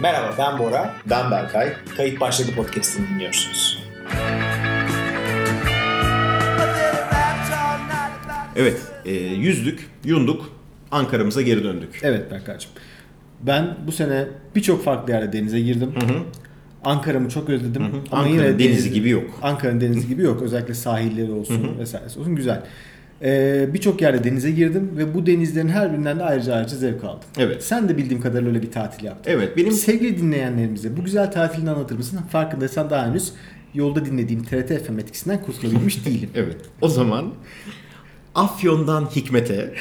Merhaba, ben Bora. Ben Berkay. Kayıt Başladı podcast'ini dinliyorsunuz. Evet, yüzdük, yunduk, Ankara'mıza geri döndük. Evet Berkay'cığım. Ben bu sene birçok farklı yerde denize girdim. Hı hı. Ankara'mı çok özledim. Hı hı. Ama Ankara'nın yine denizi gibi yok. Ankara'nın denizi gibi yok. Özellikle sahilleri olsun vesairesi olsun. Güzel. Birçok yerde denize girdim ve bu denizlerin her birinden de ayrıca zevk aldım. Evet. Sen de bildiğim kadarıyla öyle bir tatil yaptın. Evet, benim... Sevgili dinleyenlerimize bu güzel tatilini anlatır mısın? Farkındaysan daha henüz yolda dinlediğim TRT FM etkisinden kurtulabilmiş değilim. Evet, o zaman Afyon'dan Hikmet'e,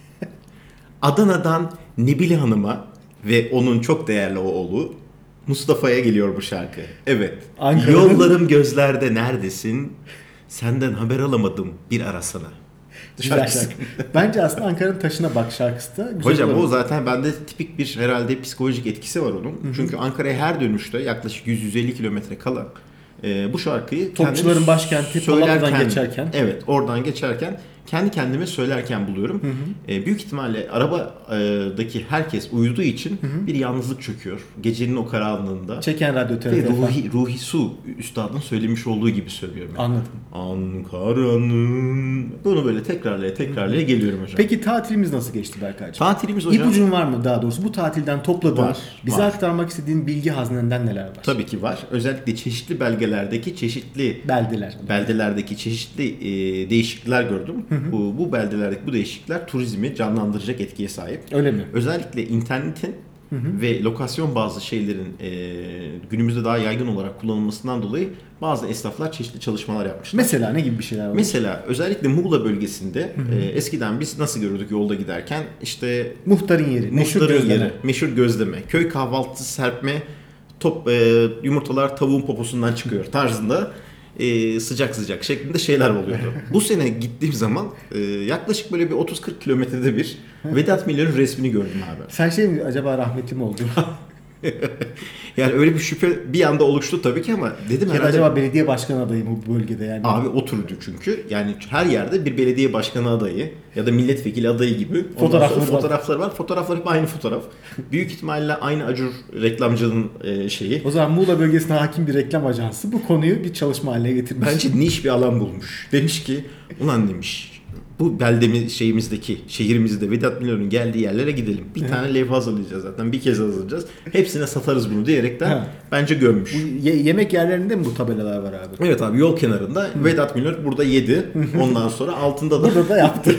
Adana'dan Nebile Hanım'a ve onun çok değerli oğlu Mustafa'ya geliyor bu şarkı. Evet, yollarım gözlerde neredesin, senden haber alamadım bir arasana. Güzel şarkı. Bence aslında Ankara'nın taşına bak şarkısı da güzel. Hocam olabilir. o zaten bende tipik bir herhalde psikolojik etkisi var onun. Hı-hı. Çünkü Ankara'ya her dönüşte yaklaşık 100-150 kilometre kala bu şarkıyı Topçuların başkenti Polatlı'dan geçerken. Evet, oradan geçerken kendi kendime söylerken buluyorum. Büyük ihtimalle arabadaki herkes uyuduğu için bir yalnızlık çöküyor. Gecenin o karanlığında. Çeken radyo TRT ve Ruhi Su üstadın söylemiş olduğu gibi söylüyorum. Yani. Anladım. Ankara'nın. Bunu böyle tekrarlaya geliyorum hocam. Peki tatilimiz nasıl geçti Berkaycığım? Tatilimiz hocam. İpucun var mı daha doğrusu? Bu tatilden topladığın, bize var. Aktarmak istediğin bilgi hazinenden neler var? Tabii ki var. Özellikle çeşitli belgelerdeki çeşitli beldelerdeki çeşitli değişiklikler gördüm. Bu beldelerdeki bu değişiklikler turizmi canlandıracak etkiye sahip. Öyle mi? Özellikle internetin ve lokasyon bazı şeylerin günümüzde daha yaygın olarak kullanılmasından dolayı bazı esnaflar çeşitli çalışmalar yapmışlar. Mesela ne gibi bir şeyler var? Mesela özellikle Muğla bölgesinde eskiden biz nasıl görürdük yolda giderken işte muhtarın yeri, meşhur gözleme, köy kahvaltısı serpme, yumurtalar tavuğun poposundan çıkıyor tarzında sıcak şeklinde şeyler oluyordu. Bu sene gittiğim zaman yaklaşık böyle bir 30-40 kilometrede bir Vedat Milor'un resmini gördüm abi. Sen şey mi acaba rahmetli mi oldun? Yani öyle bir şüphe bir anda oluştu tabii ki ama dedim herhalde. Acaba belediye başkanı adayı mı bu bölgede yani? Abi oturdu çünkü. Yani her yerde bir belediye başkanı adayı ya da milletvekili adayı gibi fotoğrafları var. Fotoğraflar hep aynı fotoğraf. Büyük ihtimalle aynı Acur reklamcının şeyi. O zaman Muğla bölgesine hakim bir reklam ajansı bu konuyu bir çalışma haline getirmiş. Bence niş bir alan bulmuş. Demiş ki ulan demiş bu şehrimizde Vedat Milor'un geldiği yerlere gidelim. Bir tane levha hazırlayacağız zaten. Bir kez hazırlayacağız. Hepsine satarız bunu diyerekten bence gömmüş. Yemek yerlerinde mi bu tabelalar var abi? Evet abi, yol kenarında Vedat Milor burada yedi. Ondan sonra altında da burada da yaptı.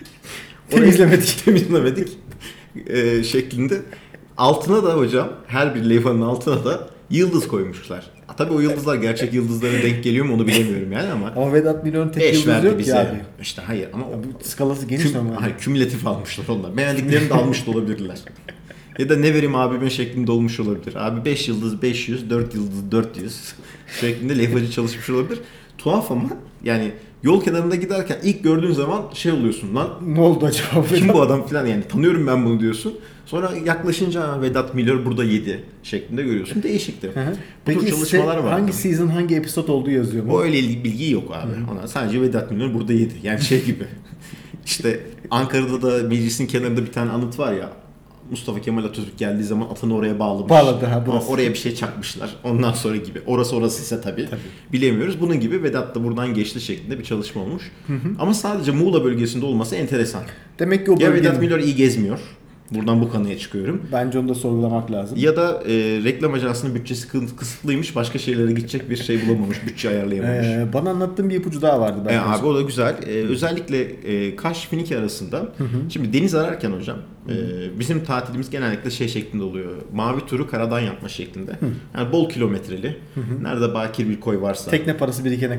temizlemedik şeklinde. Altına da hocam her bir levhanın altına da yıldız koymuşlar. Tabii o yıldızlar gerçek yıldızlara denk geliyor mu onu bilemiyorum yani ama. Ama Vedat Milor'un tek yıldızı yok bize. ki abi. İşte hayır ama bu skalası geniş ama. Hayır, kümülatif almışlar onlar. Beğendiklerini de almış da olabilirler. Ya da ne vereyim abime şeklinde olmuş olabilir. Abi 5 yıldız 500, 4 yıldız 400 şeklinde levhacı çalışmış olabilir. Tuhaf ama yani yol kenarında giderken ilk gördüğün zaman şey oluyorsun lan. Ne oldu acaba? Kim bu adam falan yani tanıyorum ben bunu diyorsun. Sonra yaklaşınca Vedat Milor burada yedi şeklinde görüyorsun. Değişikti. Peki çalışmalar var. Hangi season hangi episode olduğu yazıyor mu? O öyle bilgi yok abi. Ona sadece Vedat Milor burada yedi. Yani şey gibi. İşte Ankara'da da meclisin kenarında bir tane anıt var ya. Mustafa Kemal Atatürk geldiği zaman atını oraya bağlamış. Oraya bir şey çakmışlar. Ondan sonra gibi. Orası ise tabii. Bilemiyoruz. Bunun gibi Vedat da buradan geçti şeklinde bir çalışma olmuş. Ama sadece Muğla bölgesinde olması enteresan. Demek ki o bölgenin... Ya Vedat Milor iyi gezmiyor. Buradan bu kanıya çıkıyorum. Bence onu da sorgulamak lazım. Ya da reklam ajansının bütçesi kısıtlıymış. Başka şeylere gidecek bir şey bulamamış. Bütçe ayarlayamamış. Bana anlattığın bir ipucu daha vardı. Abi o da güzel. Özellikle Kaş Finike arasında. Şimdi deniz ararken hocam bizim tatilimiz genellikle şey şeklinde oluyor. Mavi turu karadan yapma şeklinde. Yani bol kilometreli. Nerede bakir bir koy varsa. Tekne parası birikene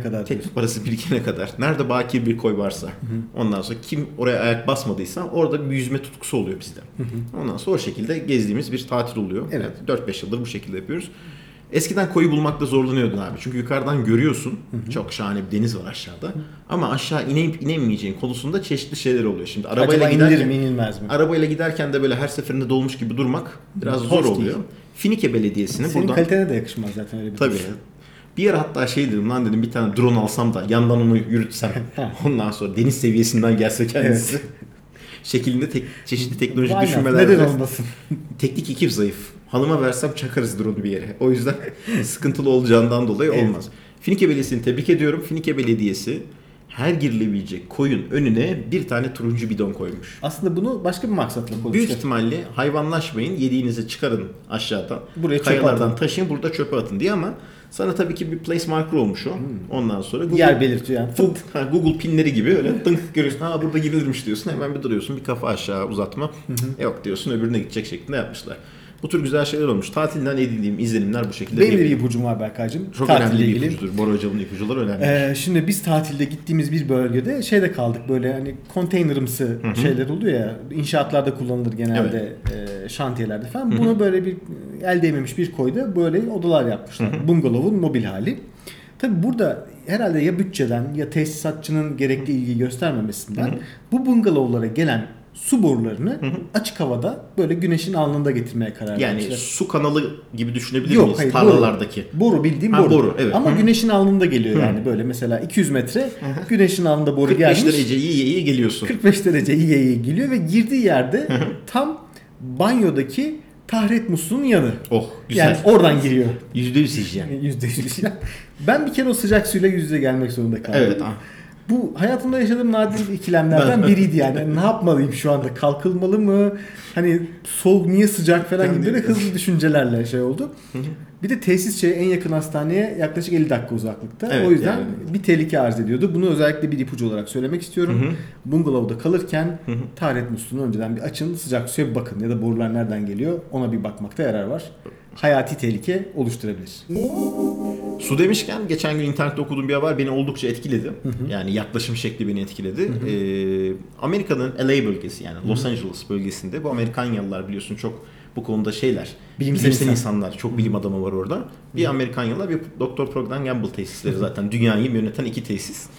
kadar. Nerede bakir bir koy varsa. Ondan sonra kim oraya ayak basmadıysa orada bir yüzme tutkusu oluyor bizde. Ondan sonra o şekilde gezdiğimiz bir tatil oluyor. Evet. Yani 4-5 yıldır bu şekilde yapıyoruz. Eskiden koyu bulmakta zorlanıyordun abi. Çünkü yukarıdan görüyorsun. Çok şahane bir deniz var aşağıda. Ama aşağı inip inemeyeceğin konusunda çeşitli şeyler oluyor. Şimdi arabayla giderken inilmez mi? Arabayla giderken de böyle her seferinde dolmuş gibi durmak biraz zor oluyor. Finike Belediyesi'nin buradan... Senin kalitene de yakışmaz zaten öyle bir tabii. Bir ara hatta şey dedim lan dedim bir tane drone alsam da yandan onu yürütsem. Ondan sonra deniz seviyesinden gelse kendisi. şeklinde çeşitli teknoloji Aynen, düşünmeler. neden olmasın? Teknik ekip zayıf. Hanıma versem çakarız drone'u bir yere. O yüzden sıkıntılı olacağından dolayı olmaz. Finike Belediyesi'ni tebrik ediyorum. Finike Belediyesi her girilebilecek koyun önüne bir tane turuncu bidon koymuş. Aslında bunu başka bir maksatla koymuşlar. Büyük ihtimalle hayvanlaşmayın, yediğinizi çıkarın aşağıdan. Buraya çöpe kayalardan atın. taşıyın, burada çöpe atın diye ama sana tabii ki bir place marker olmuş o. Ondan sonra Google, Yer belirtiyor yani. Google pinleri gibi öyle tınk görüyorsun. Ha burada girilirmiş diyorsun. Hemen bir duruyorsun. Bir kafa aşağı uzatma. Yok diyorsun, öbürüne gidecek şeklinde yapmışlar. Bu tür güzel şeyler olmuş. Tatilden edindiğim izlenimler bu şekilde. Benim de bir ipucum var Berkay'cığım. Çok önemli bir ipucudur. Bora Hocam'ın ipucuları önemli. Şimdi biz tatilde gittiğimiz bir bölgede şeyde kaldık, böyle hani konteynerimsi şeyler oluyor ya, inşaatlarda kullanılır genelde, şantiyelerde falan. Bunu böyle bir el değmemiş bir koyda böyle odalar yapmışlar. Bungalovun mobil hali. Tabi burada herhalde ya bütçeden ya tesisatçının gerekli ilgi göstermemesinden bu bungalovlara gelen su borularını açık havada böyle güneşin alnında getirmeye karar Yani vermişler. su kanalı gibi düşünebilir Yok, miyiz? hayır, Tarlalardaki. Boru bildiğim Ha, boru. boru, evet. Ama güneşin alnında geliyor yani, böyle mesela 200 metre güneşin alnında boru 45 gelmiş. derece iyi geliyorsun. 45 derece iyi geliyor ve girdiği yerde tam banyodaki tahret musluğunun yanı. Oh güzel. Yani oradan giriyor. %100 hijyen. %100. Ben bir kere o sıcak suyla yüz yüze gelmek zorunda kaldım. Evet. Bu hayatımda yaşadığım nadir ikilemlerden biriydi yani. Ne yapmalıyım şu anda? Kalkılmalı mı? Hani soğuk, niye sıcak falan gibi böyle hızlı düşüncelerle şey oldu. Bir de tesis en yakın hastaneye yaklaşık 50 dakika uzaklıkta. Evet, O yüzden yani. bir tehlike arz ediyordu. Bunu özellikle bir ipucu olarak söylemek istiyorum. Bungalovda kalırken taharet musluğunu önceden bir açın, sıcak suya bir bakın ya da borular nereden geliyor ona bir bakmakta yarar var. Hayati tehlike oluşturabilir. Su demişken geçen gün internette okuduğum bir haber beni oldukça etkiledi. Yani yaklaşım şekli beni etkiledi. Amerika'nın LA bölgesi, yani Los Angeles bölgesinde, bu Amerikanyalılar biliyorsun çok bu konuda şeyler. Bilimsel insanlar, çok bilim adamı var orada. Bir Amerikanyalılar, bir Dr. Procter Gamble tesisleri zaten dünyayı yöneten iki tesis.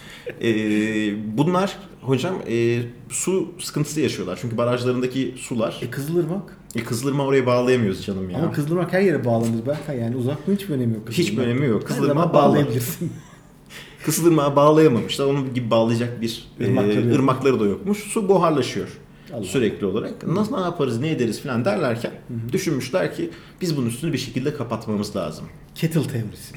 Bunlar hocam su sıkıntısı yaşıyorlar. Çünkü barajlarındaki sular. Kızılırmak. Kızılırmağı oraya bağlayamıyoruz canım ya. Ama Kızılırmak her yere bağlanır Berkay, yani uzaklığın hiçbir önemi yok. Hiçbir önemi yok. Kızılırmağı bağlayabilirsin. Kızılırmağı bağlayamamışlar. Onun gibi bağlayacak bir ırmakları da yokmuş. Su buharlaşıyor. Allah sürekli olarak. Nasıl, ne yaparız, ne ederiz falan derlerken düşünmüşler ki biz bunun üstünü bir şekilde kapatmamız lazım. Kettle teorisi.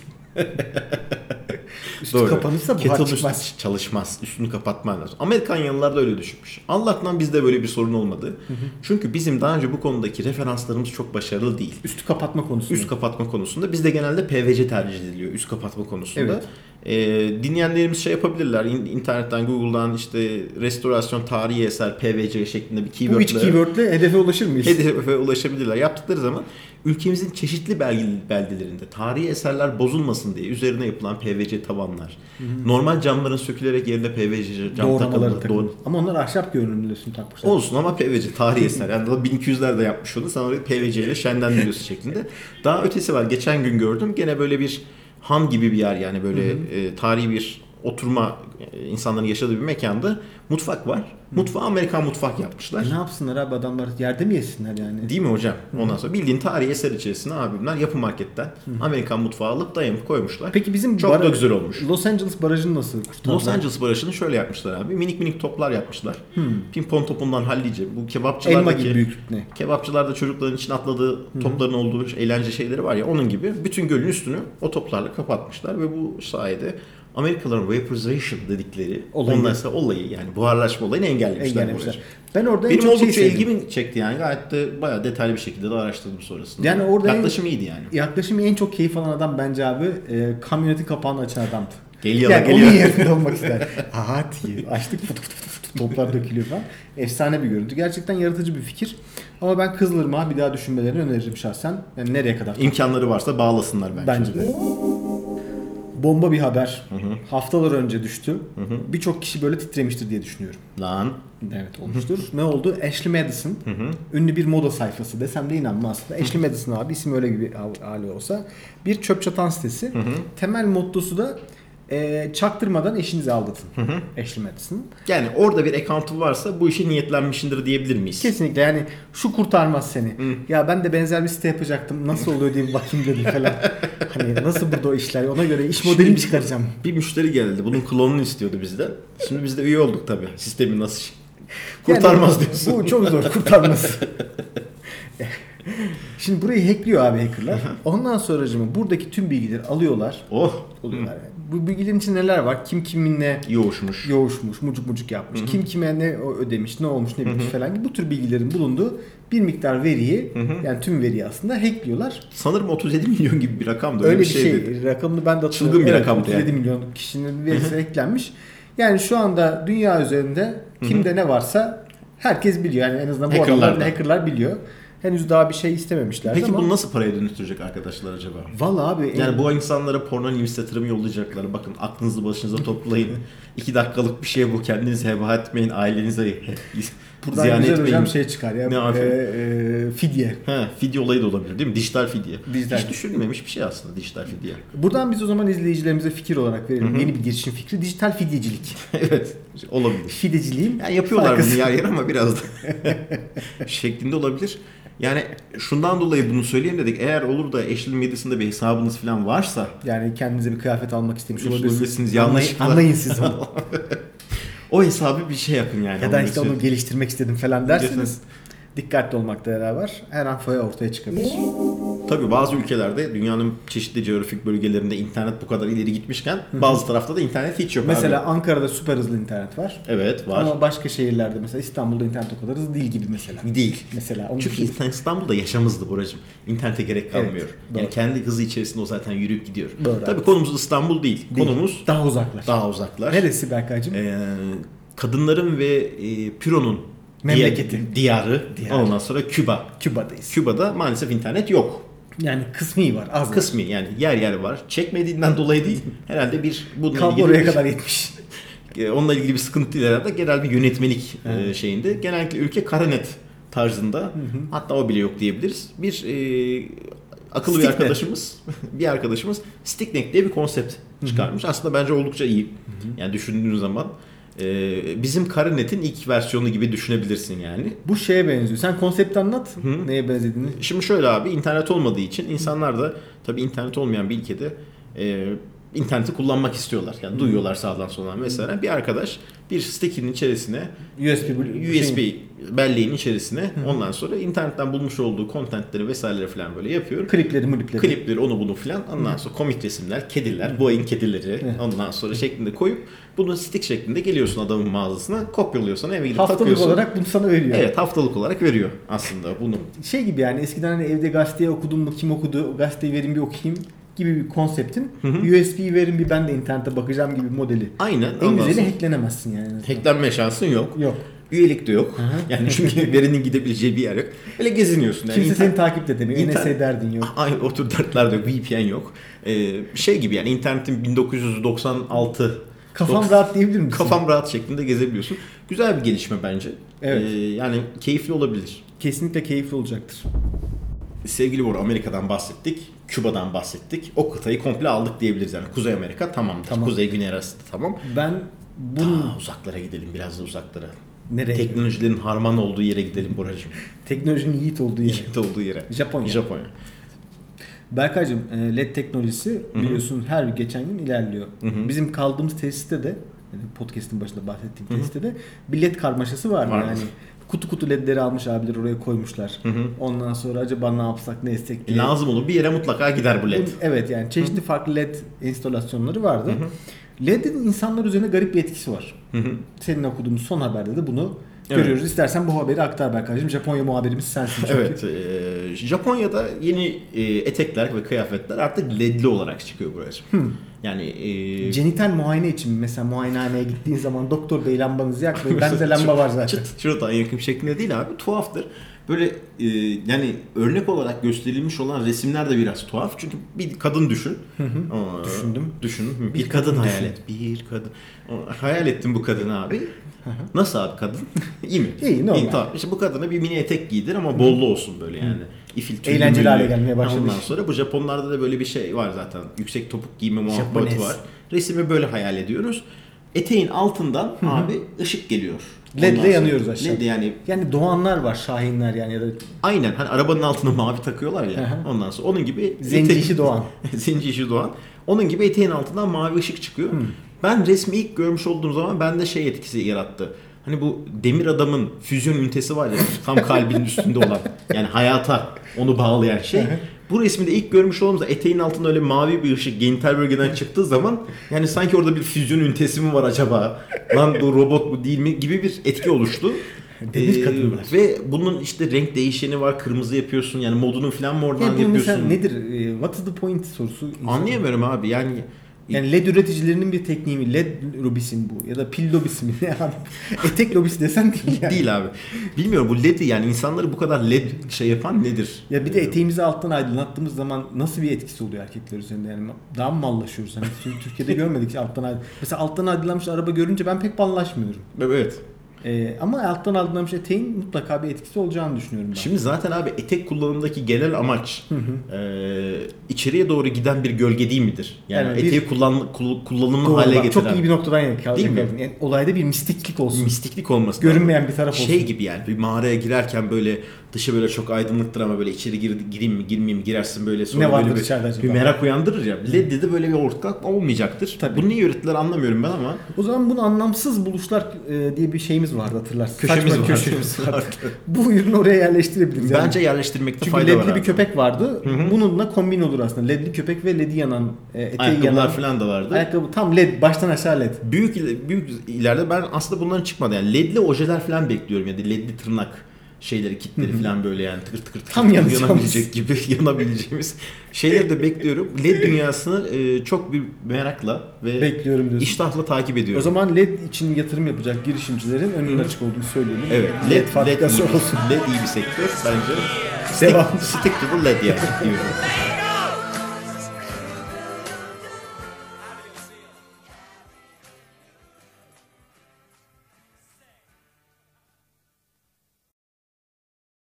Üstü Doğru. kapanırsa buhar Kettle çıkmaz. Çalışmaz. Üstünü kapatman lazım. Amerikanyalılar da öyle düşünmüş. Allah'tan bizde böyle bir sorun olmadı. Çünkü bizim daha önce bu konudaki referanslarımız çok başarılı değil. Üstü kapatma konusunda. Üst kapatma konusunda. Bizde genelde PVC tercih ediliyor üst kapatma konusunda. Evet. Dinleyenlerimiz şey yapabilirler. İnternetten, Google'dan işte restorasyon tarihi eser PVC şeklinde bir keywordle. Bu üç keywordle hedefe ulaşır mıyız? Hedefe ulaşabilirler. Yaptıkları zaman ülkemizin çeşitli beldelerinde tarihi eserler bozulmasın diye üzerine yapılan PVC tavanlar, normal camların sökülerek yerine PVC cam takılır. Ama onlar ahşap görünümlüsünü takmışlar. Olsun ama PVC tarihi eser. Yani 1200'lerde yapmış onu. Sen orayı PVC ile şenlendiriyorsun şeklinde. Daha ötesi var. Geçen gün gördüm. Gene böyle bir han gibi bir yer, yani böyle tarihi bir oturma, insanların yaşadığı bir mekanda mutfak var. Mutfağı Amerikan mutfak yapmışlar. Ne yapsınlar abi, adamlar yerde mi yesinler yani? Değil mi hocam? Ondan sonra bildiğin tarihi eser içerisine abimler yapı marketten Amerikan mutfağı alıp dayanıp koymuşlar. Peki bizim çok da güzel olmuş. Los Angeles barajını nasıl kurtardılar? Los Angeles barajını şöyle yapmışlar abi. Minik minik toplar yapmışlar. Pimpon topundan hallice. Bu kebapçılardaki, elma gibi büyüklükte. Kebapçılarda çocukların için atladığı topların olduğu eğlence şeyleri var ya, onun gibi bütün gölün üstünü o toplarla kapatmışlar ve bu sayede Amerikalıların vaporization dedikleri olayı, yani buharlaşma olayını engellemişler. Ben orada benim oldukça ilgimi çekti yani, gayet de bayağı detaylı bir şekilde de araştırdım sonrasında. Yani orada yaklaşım iyiydi yani. Yaklaşımı en çok keyif alan adam bence abi kamyonetin kapağını açan adamdı. Geliyor. Onun yerinde olmak ister. Aha diye açtık, toplar dökülüyor falan. Efsane bir görüntü. Gerçekten yaratıcı bir fikir. Ama ben Kızılırmak'ı bir daha düşünmelerini öneririm şahsen. Yani nereye kadar? İmkanları varsa bağlasınlar bence. Bence de. Bomba bir haber. Haftalar önce düştü. Birçok kişi böyle titremiştir diye düşünüyorum. Lan. Evet, olmuştur. Ne oldu? Ashley Madison. Ünlü bir moda sayfası desem de inanma aslında. Ashley Madison abi, isim öyle gibi hali olsa. Bir çöp çatan sitesi. Temel mottosu da çaktırmadan eşinizi aldatın. Ashley Madison. Yani orada bir account'u varsa bu işe niyetlenmişindir diyebilir miyiz? Kesinlikle, yani şu kurtarmaz seni. Ya ben de benzer bir site yapacaktım. Nasıl oluyor diye bir bakayım dedim falan. Hani nasıl burada o işler? Ona göre iş modelimi çıkaracağım. Bir müşteri geldi. Bunun klonunu istiyordu bizden. Şimdi biz de üye olduk tabii. Sistemin nasıl Kurtarmaz diyorsun. Bu çok zor kurtarması. Şimdi burayı hackliyor abi hackerlar. Ondan sonracığıma buradaki tüm bilgileri alıyorlar. Oluyorlar yani. Bu bilgilerin içinde neler var? Kim kiminle yoğuşmuş, mucuk yapmış. Kim kime ne ödemiş, ne olmuş, ne bitmiş falan gibi bu tür bilgilerin bulunduğu bir miktar veriyi, yani tüm veriyi aslında hackliyorlar. Sanırım 37 milyon gibi bir rakamdı. Öyle bir şey. Rakamını ben de hatırlıyorum. Çılgın bir rakamdı 37 yani. milyon kişinin verisi eklenmiş. Yani şu anda dünya üzerinde kimde ne varsa herkes biliyor. Yani en azından bu adamlar hackerlar biliyor. Henüz daha bir şey istememişler. Peki bunu nasıl paraya dönüştürecek arkadaşlar acaba? Vallahi abi. Yani bu insanlara porno newsletter'ı mı yollayacaklar? Bakın aklınızı başınıza toplayın. 2 dakikalık bir şey bu. Kendinizi heba etmeyin. Ailenize buradan ziyan güzel etmeyin. hocam şey çıkar ya. Fidye. Fidye olayı da olabilir değil mi? Dijital fidye. Dijital. Hiç düşünülmemiş bir şey aslında dijital fidye. Buradan biz o zaman izleyicilerimize fikir olarak verelim. Yeni bir girişim fikri. Dijital fidyecilik. Evet. Olabilir. Fidyeciliğin yani yapıyorlar bunu yer ama biraz da şeklinde olabilir. Yani şundan dolayı bunu söyleyeyim dedik. Eğer olur da Eşli Medyası'nda bir hesabınız falan varsa, yani kendinize bir kıyafet almak istemiş olabilirsiniz. Yanlışlıkla. Anlayın siz onu. O hesabı bir şey yapın yani. Ya da işte onu geliştirmek istedim falan derseniz dikkatli olmakla beraber her an foya ortaya çıkabilir. Tabii bazı ülkelerde dünyanın çeşitli coğrafik bölgelerinde internet bu kadar ileri gitmişken bazı tarafta da internet hiç yok. Mesela abi. Ankara'da süper hızlı internet var. Evet var. Ama başka şehirlerde mesela İstanbul'da internet o kadar hızlı değil gibi mesela. Değil. Mesela çünkü İstanbul'da yaşamızdı Buracığım. İnternete gerek kalmıyor. Evet, yani kendi hızı içerisinde o zaten yürüyüp gidiyor. Doğru, tabii konumuz İstanbul değil. Konumuz daha uzaklar. Daha uzaklar. Neresi Berkaycığım? Kadınların ve Püro'nun memleketi. Diyarı. Ondan sonra Küba. Küba'dayız. Küba'da maalesef internet yok. Yani kısmi var, az kısmi var. Yani yer var. Çekmediğinden dolayı değil. Herhalde kablo oraya kadar yetmiş. Onunla ilgili bir sıkıntı değil herhalde. Genel bir yönetmelik şeyinde. Genellikle ülke Karanet tarzında. Hatta o bile yok diyebiliriz. Bir akıllı Sticknet. bir arkadaşımız Sticknet diye bir konsept çıkarmış. Aslında bence oldukça iyi. Yani düşündüğünüz zaman bizim Karanet'in ilk versiyonu gibi düşünebilirsin yani. Bu şeye benziyor. Sen konsepti anlat. Neye benzediğini. Şimdi şöyle abi, internet olmadığı için insanlar da tabii internet olmayan bir ülkede interneti kullanmak istiyorlar. Yani duyuyorlar sağdan soldan. Mesela bir arkadaş bir stick'in içerisine USB belleğin içerisine ondan sonra internetten bulmuş olduğu contentleri vesaireleri falan böyle yapıyor. Klipleri onu bunu falan. Ondan sonra komik resimler, kediler, Boeing kedileri ondan sonra şeklinde koyup bunu stick şeklinde geliyorsun adamın mağazasına, kopyalıyor sana, eve gidip haftalık takıyorsun. Haftalık olarak bunu sana veriyor. Evet, haftalık olarak veriyor aslında bunu. Şey gibi yani eskiden hani evde gazeteyi okudum mu, kim okudu, o gazeteyi verin bir okuyayım gibi bir konseptin USB'yi verin bir ben de internete bakacağım gibi bir modeli. Aynen. En güzeli hacklenemezsin yani. Hacklenme şansın yok. Yok. Üyelik de yok. Yani çünkü verinin gidebileceği bir yer yok. Öyle geziniyorsun. Yani kimse seni takip de demiyor. NSA derdin yok. Aynı o tür dertler de yok. VPN yok. Şey gibi yani internetin 1996 Kafam rahat diyebilir misin? Kafam rahat şeklinde gezebiliyorsun. Güzel bir gelişme bence. Evet. Yani keyifli olabilir. Kesinlikle keyifli olacaktır. Sevgili Bora, Amerika'dan bahsettik. Küba'dan bahsettik. O kıtayı komple aldık diyebiliriz yani. Kuzey Amerika tamamdır. Tamam. Kuzey Güney arası da tamam. Ben daha uzaklara gidelim, biraz da uzaklara. Nereye? Teknolojilerin harman olduğu yere gidelim Boracığım. Teknolojinin yiğit olduğu yere. Yiğit olduğu yere. Japonya. Berkaycığım, LED teknolojisi biliyorsun her geçen gün ilerliyor. Bizim kaldığımız tesiste de, yani podcast'in başında bahsettiğim tesiste de bir LED karmaşası var yani. Kutu ledleri almış abiler oraya koymuşlar. Ondan sonra acaba ne yapsak ne etsek diye. Lazım olur. Bir yere mutlaka gider bu led. Evet yani çeşitli farklı led instalasyonları vardı. LED'in insanlar üzerine garip bir etkisi var. Senin okuduğumuz son haberde de bunu görüyoruz. İstersen bu haberi aktar Berkaycığım. Japonya muhabirimiz sensin çünkü. Evet. Japonya'da yeni etekler ve kıyafetler artık ledli olarak çıkıyor Buracığım. Yani genital muayene için mesela muayenehaneye gittiğin zaman doktor bey lambanızı yakmayın. Bende lamba var zaten. Şuradan yakın şeklinde değil abi. Tuhaftır. Böyle yani örnek olarak gösterilmiş olan resimler de biraz tuhaf. Çünkü bir kadın düşün. Düşün. Bir kadın hayal et. Bir kadın. Hayal ettim bu kadını abi. Nasıl abi kadın? İyi mi? İyi, normal. Tamam. İşte bu kadına bir mini etek giydir ama bollu olsun böyle yani. Eğlenceli hale gelmeye başladı. Ondan sonra bu Japonlarda da böyle bir şey var zaten. Yüksek topuk giyme muhabbeti var. Resmi böyle hayal ediyoruz. Eteğin altından abi ışık geliyor. LED'le yanıyoruz aşağı. LED yani doğanlar var, şahinler yani ya da aynen hani arabanın altına mavi takıyorlar ya. Ondan sonra onun gibi zenci işi doğan. Zenci işi doğan. Onun gibi eteğin altından mavi ışık çıkıyor. Ben resmi ilk görmüş olduğum zaman bende şey etkisi yarattı. hani bu demir adamın füzyon ünitesi var ya tam kalbinin üstünde olan yani hayata onu bağlayan şey. Bu resminde ilk görmüş olduğumuzda eteğin altında öyle mavi bir ışık genital bölgeden çıktığı zaman yani sanki orada bir füzyon ünitesi mi var acaba? Lan bu robot mu değil mi gibi bir etki oluştu. Demir kadınlar. Ve bunun işte renk değişeni var. Kırmızı yapıyorsun. Yani modunu falan mı oradan yapıyorsun? Mesela nedir? What is the point sorusu? Anlayamıyorum abi. Yani LED üreticilerinin bir tekniği mi? LED lobisi mi bu? Ya da pil lobisi mi? Yani etek lobisi desen değil yani. Değil abi. Bilmiyorum bu LED'i yani insanları bu kadar LED şey yapan nedir? Ya bir de eteğimizi alttan aydınlattığımız zaman nasıl bir etkisi oluyor erkekler üzerinde yani daha mı mallaşıyoruz? Hani Türkiye'de görmedik mesela alttan aydınlanmış araba görünce ben pek mallaşmıyorum. Evet. Ama alttan aydınlanmış eteğin mutlaka bir etkisi olacağını düşünüyorum ben. Şimdi zaten abi etek kullanımındaki genel amaç içeriye doğru giden bir gölge değil midir? Yani eteği kullanımlı hale getiren. Çok iyi bir noktadan değil mi? Yani olayda bir mistiklik olsun. Mistiklik olması. Görünmeyen bir taraf olsun. Şey gibi yani bir mağaraya girerken böyle dışı böyle çok aydınlıktır ama böyle içeri gireyim mi girmeyeyim mi girersin böyle sonra ne vardır böyle içeride acaba? Bir merak uyandırır ya. LED'de de böyle bir ortak olmayacaktır. Tabii. Bunu niye ürettiler anlamıyorum ben ama. O zaman bunu anlamsız buluşlar diye bir şeyimiz vardı hatırlarsın. Köşemiz vardı. Bu ürünü oraya yerleştirebiliriz. Bence yerleştirmekte çünkü fayda var. Çünkü ledli bir köpek vardı. Hı-hı. Bununla kombin olur aslında. Ledli köpek ve ledi yanan eteği yanan falan da vardı. Ayakkabı tam led baştan aşağı led. Büyük ileride ben aslında bunların çıkmadı yani ledli ojeler falan bekliyorum ya da ledli tırnak şeyleri kitleri falan böyle yani tıkır tıkır tam yanabilecek gibi yanabileceğimiz şeyleri de bekliyorum. LED dünyasını çok bir merakla ve bekliyorum diyorsun. İştahla takip ediyorum. O zaman LED için yatırım yapacak girişimcilerin önünün açık olduğunu söyleyelim. Evet. LED fabrikası olsun. LED iyi bir sektör bence. Devam. Stick to the LED yani diyorum.